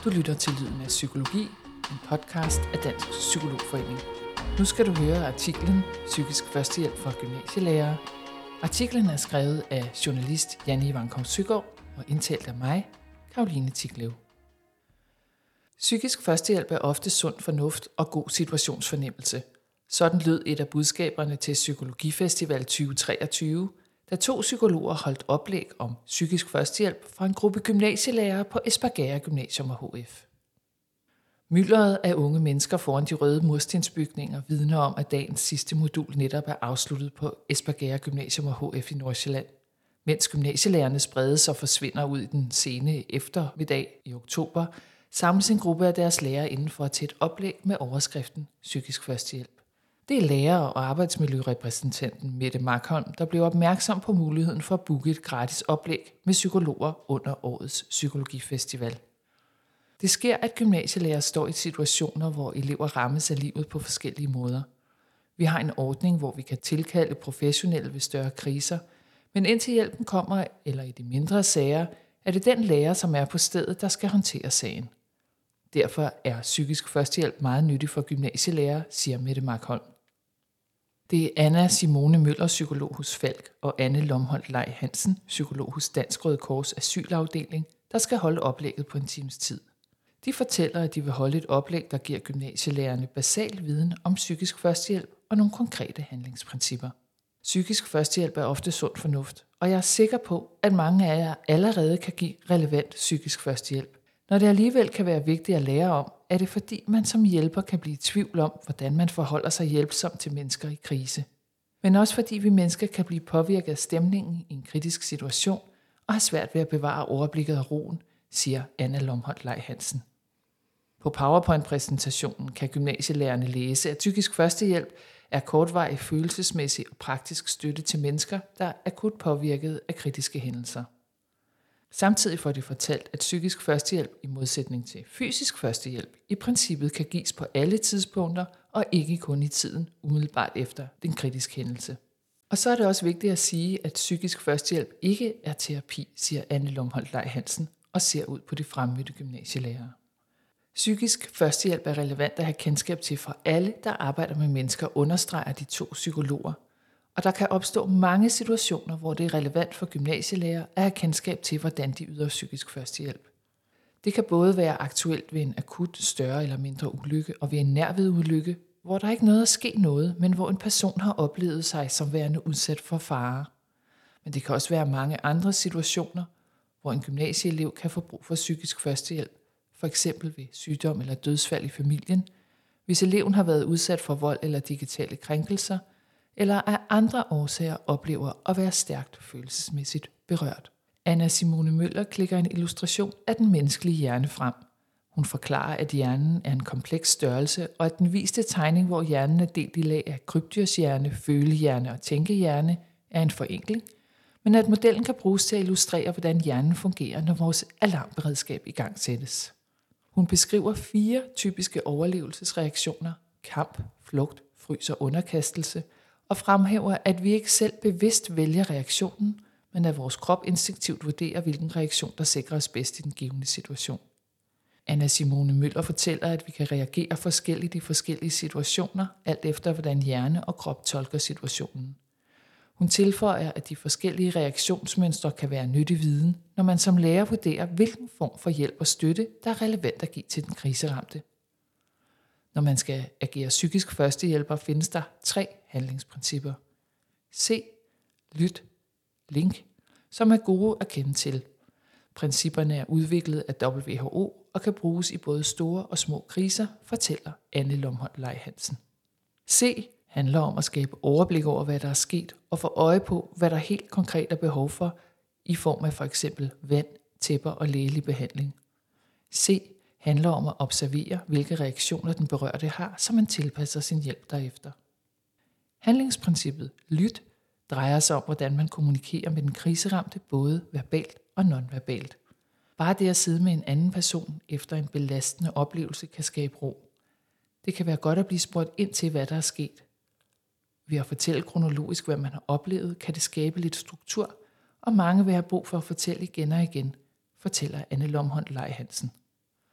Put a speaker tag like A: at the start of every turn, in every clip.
A: Du lytter til Lyden af Psykologi, en podcast af Dansk Psykologforening. Nu skal du høre artiklen Psykisk førstehjælp for gymnasielærere. Artiklen er skrevet af journalist Janne Ivankov Søgaard og indtalt af mig, Caroline Tiklev. Psykisk førstehjælp er ofte sund fornuft og god situationsfornemmelse. Sådan lød et af budskaberne til Psykologifestival 2023, da 2 psykologer holdt oplæg om psykisk førstehjælp fra en gruppe gymnasielærere på Espergærde Gymnasium og HF. Myldret af unge mennesker foran de røde murstensbygninger vidner om, at dagens sidste modul netop er afsluttet på Espergærde Gymnasium og HF i Nordsjælland. Mens gymnasielærerne spredes og forsvinder ud i den sene eftermiddag i oktober, samles en gruppe af deres lærere inden for et tæt oplæg med overskriften Psykisk førstehjælp. Det er lærer- og arbejdsmiljørepræsentanten Mette Markholm, der blev opmærksom på muligheden for at booke et gratis oplæg med psykologer under årets psykologifestival. Det sker, at gymnasielærere står i situationer, hvor elever rammes af livet på forskellige måder. Vi har en ordning, hvor vi kan tilkalde professionelle ved større kriser, men indtil hjælpen kommer, eller i de mindre sager, er det den lærer, som er på stedet, der skal håndtere sagen. Derfor er psykisk førstehjælp meget nyttig for gymnasielærere, siger Mette Markholm. Det er Anna Simone Møller, psykolog hos Falk, og Anne Lomholt Lej Hansen, psykolog hos Dansk Røde Kors Asylafdeling, der skal holde oplægget på en times tid. De fortæller, at de vil holde et oplæg, der giver gymnasielærerne basal viden om psykisk førstehjælp og nogle konkrete handlingsprincipper. Psykisk førstehjælp er ofte sund fornuft, og jeg er sikker på, at mange af jer allerede kan give relevant psykisk førstehjælp. Når det alligevel kan være vigtigt at lære om, er det fordi man som hjælper kan blive i tvivl om, hvordan man forholder sig hjælpsomt til mennesker i krise. Men også fordi vi mennesker kan blive påvirket af stemningen i en kritisk situation og have svært ved at bevare overblikket og roen, siger Anna Lomholt Lej Hansen. På PowerPoint-præsentationen kan gymnasielærerne læse, at psykisk førstehjælp er kortvarig følelsesmæssig og praktisk støtte til mennesker, der er akut påvirket af kritiske hændelser. Samtidig får de fortalt, at psykisk førstehjælp i modsætning til fysisk førstehjælp i princippet kan gives på alle tidspunkter og ikke kun i tiden umiddelbart efter den kritiske hændelse. Og så er det også vigtigt at sige, at psykisk førstehjælp ikke er terapi, siger Anne Lomholt Lej Hansen og ser ud på de fremmødte gymnasielærere. Psykisk førstehjælp er relevant at have kendskab til for alle, der arbejder med mennesker, understreger de 2 psykologer. Og der kan opstå mange situationer, hvor det er relevant for gymnasielærere at have kendskab til, hvordan de yder psykisk førstehjælp. Det kan både være aktuelt ved en akut, større eller mindre ulykke, og ved en nærvedulykke, hvor der ikke noget at ske noget, men hvor en person har oplevet sig som værende udsat for fare. Men det kan også være mange andre situationer, hvor en gymnasieelev kan få brug for psykisk førstehjælp, for eksempel ved sygdom eller dødsfald i familien, hvis eleven har været udsat for vold eller digitale krænkelser, eller af andre årsager oplever at være stærkt følelsesmæssigt berørt. Anna Simone Møller klikker en illustration af den menneskelige hjerne frem. Hun forklarer, at hjernen er en kompleks størrelse, og at den viste tegning, hvor hjernen er delt i lag af krybdyrshjerne, følehjerne og tænkehjerne, er en forenkling, men at modellen kan bruges til at illustrere, hvordan hjernen fungerer, når vores alarmberedskab igangsættes. Hun beskriver 4 typiske overlevelsesreaktioner: kamp, flugt, frys og underkastelse, og fremhæver, at vi ikke selv bevidst vælger reaktionen, men at vores krop instinktivt vurderer, hvilken reaktion, der sikrer os bedst i den givne situation. Anna Simone Møller fortæller, at vi kan reagere forskelligt i forskellige situationer, alt efter hvordan hjerne og krop tolker situationen. Hun tilføjer, at de forskellige reaktionsmønstre kan være nyttig viden, når man som lærer vurderer, hvilken form for hjælp og støtte, der er relevant at give til den kriseramte. Når man skal agere psykisk førstehjælper, findes der 3 handlingsprincipper. Se, lyt, link, som er gode at kende til. Principperne er udviklet af WHO og kan bruges i både store og små kriser, fortæller Anne Lomholt Lej Hansen. Se handler om at skabe overblik over, hvad der er sket, og få øje på, hvad der helt konkret er behov for, i form af f.eks. vand, tæpper og lægelig behandling. Se handler om at observere, hvilke reaktioner den berørte har, så man tilpasser sin hjælp derefter. Handlingsprincippet lyt drejer sig om, hvordan man kommunikerer med den kriseramte, både verbalt og nonverbalt. Bare det at sidde med en anden person efter en belastende oplevelse kan skabe ro. Det kan være godt at blive spurgt ind til, hvad der er sket. Ved at fortælle kronologisk, hvad man har oplevet, kan det skabe lidt struktur, og mange vil have brug for at fortælle igen og igen, fortæller Anne Lomholt Lej Hansen.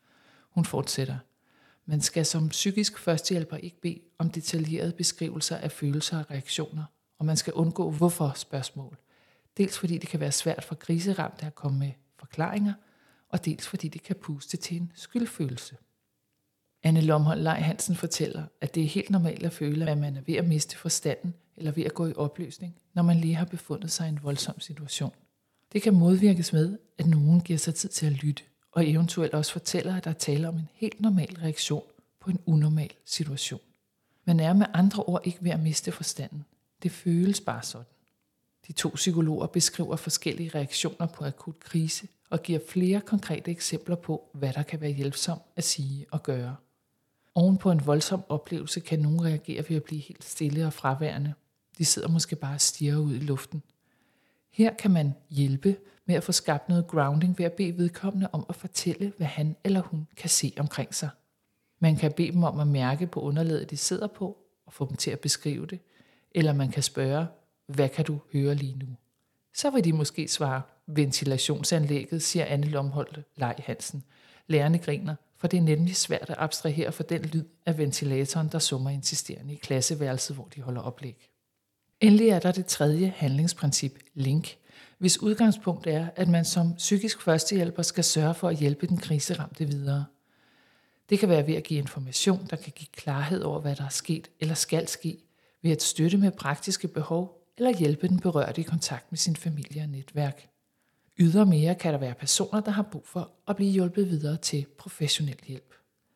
A: Hun fortsætter. Man skal som psykisk førstehjælper ikke bede om detaljerede beskrivelser af følelser og reaktioner, og man skal undgå hvorfor-spørgsmål. Dels fordi det kan være svært for kriseramte at komme med forklaringer, og dels fordi det kan puste til en skyldfølelse. Anne Lomholt Leigh Hansen fortæller, at det er helt normalt at føle, at man er ved at miste forstanden eller ved at gå i opløsning, når man lige har befundet sig i en voldsom situation. Det kan modvirkes med, at nogen giver sig tid til at lytte, og eventuelt også fortæller, at der er tale om en helt normal reaktion på en unormal situation. Man er med andre ord ikke ved at miste forstanden. Det føles bare sådan. De 2 psykologer beskriver forskellige reaktioner på akut krise og giver flere konkrete eksempler på, hvad der kan være hjælpsomt at sige og gøre. Oven på en voldsom oplevelse kan nogen reagere ved at blive helt stille og fraværende. De sidder måske bare og stirrer ud i luften. Her kan man hjælpe med at få skabt noget grounding ved at bede vedkommende om at fortælle, hvad han eller hun kan se omkring sig. Man kan bede dem om at mærke på underlaget, de sidder på, og få dem til at beskrive det. Eller man kan spørge, hvad kan du høre lige nu? Så vil de måske svare, ventilationsanlægget, siger Anne Lomholt Leigh Hansen. Lærerne griner, for det er nemlig svært at abstrahere for den lyd af ventilatoren, der summer insisterende i klasseværelset, hvor de holder oplæg. Endelig er der det 3. handlingsprincip, link, hvis udgangspunkt er, at man som psykisk førstehjælper skal sørge for at hjælpe den kriseramte videre. Det kan være ved at give information, der kan give klarhed over, hvad der er sket eller skal ske, ved at støtte med praktiske behov eller hjælpe den berørte i kontakt med sin familie og netværk. Ydermere kan der være personer, der har brug for at blive hjulpet videre til professionel hjælp.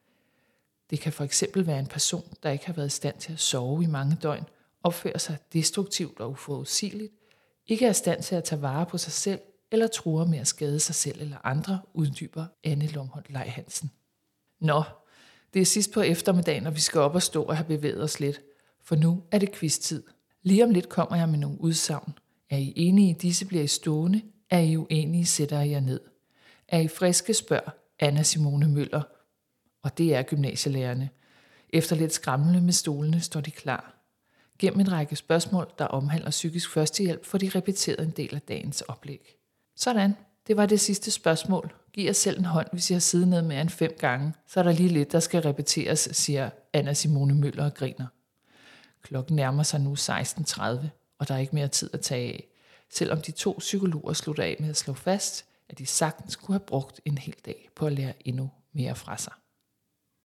A: Det kan for eksempel være en person, der ikke har været i stand til at sove i mange døgn, opfører sig destruktivt og uforudsigeligt, ikke er i stand til at tage vare på sig selv eller truer med at skade sig selv eller andre, uddyber Anne Lomholt Leigh Hansen. Nå, det er sidst på eftermiddagen, og vi skal op og stå og have bevæget os lidt, for nu er det quiz-tid. Lige om lidt kommer jeg med nogle udsagn. Er I enige, disse bliver I stående? Er I uenige, sætter I jer ned. Er I friske, spørger Anna Simone Møller, og det er gymnasielærerne. Efter lidt skramle med stolene står de klar. Gennem en række spørgsmål, der omhandler psykisk førstehjælp, får de repeteret en del af dagens oplæg. Sådan, det var det sidste spørgsmål. Giv jer selv en hånd, hvis I har siddet ned mere end 5 gange, så er der lige lidt, der skal repeteres, siger Anna Simone Møller og griner. Klokken nærmer sig nu 16:30, og der er ikke mere tid at tage af, selvom de 2 psykologer slutter af med at slå fast, at de sagtens kunne have brugt en hel dag på at lære endnu mere fra sig.